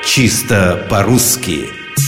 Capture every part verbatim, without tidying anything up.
Чисто по-русски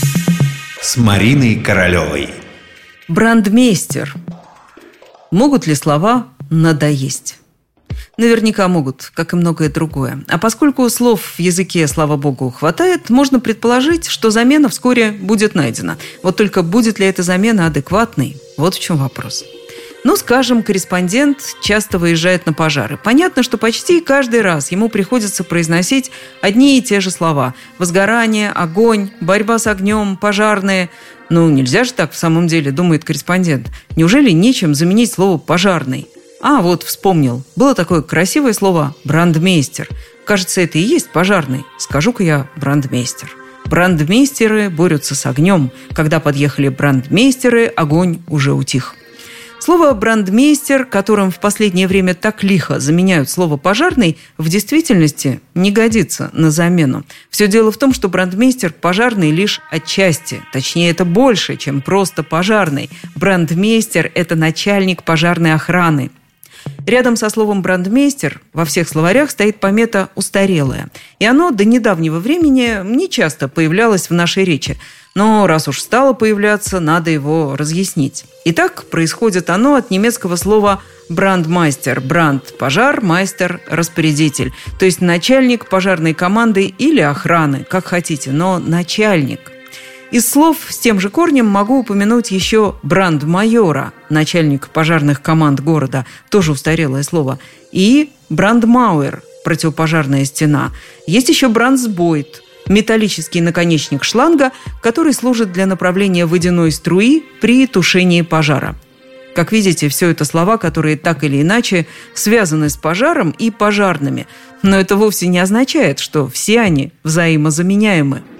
с Мариной Королевой. Брандмейстер. Могут ли слова надоесть? Наверняка могут, как и многое другое. А поскольку слов в языке, слава богу, хватает, можно предположить, что замена вскоре будет найдена. Вот только будет ли эта замена адекватной? Вот в чем вопрос. Ну, скажем, корреспондент часто выезжает на пожары. Понятно, что почти каждый раз ему приходится произносить одни и те же слова. Возгорание, огонь, борьба с огнем, пожарные. Ну, нельзя же так в самом деле, думает корреспондент. Неужели нечем заменить слово «пожарный»? А, вот вспомнил. Было такое красивое слово «брандмейстер». Кажется, это и есть пожарный. Скажу-ка я «брандмейстер». Брандмейстеры борются с огнем. Когда подъехали брандмейстеры, огонь уже утих. Слово «брандмейстер», которым в последнее время так лихо заменяют слово «пожарный», в действительности не годится на замену. Все дело в том, что брандмейстер пожарный лишь отчасти. Точнее, это больше, чем просто пожарный. Брандмейстер – это начальник пожарной охраны. Рядом со словом «брандмейстер» во всех словарях стоит помета «устарелое». И оно до недавнего времени не часто появлялось в нашей речи. Но раз уж стало появляться, надо его разъяснить. Итак, происходит оно от немецкого слова «брандмайстер». Бранд – пожар, майстер – распорядитель. То есть начальник пожарной команды или охраны, как хотите, но начальник. Из слов с тем же корнем могу упомянуть еще брандмайора, начальник пожарных команд города, тоже устарелое слово, и брандмауэр, противопожарная стена. Есть еще брандсбойт, металлический наконечник шланга, который служит для направления водяной струи при тушении пожара. Как видите, все это слова, которые так или иначе связаны с пожаром и пожарными. Но это вовсе не означает, что все они взаимозаменяемы.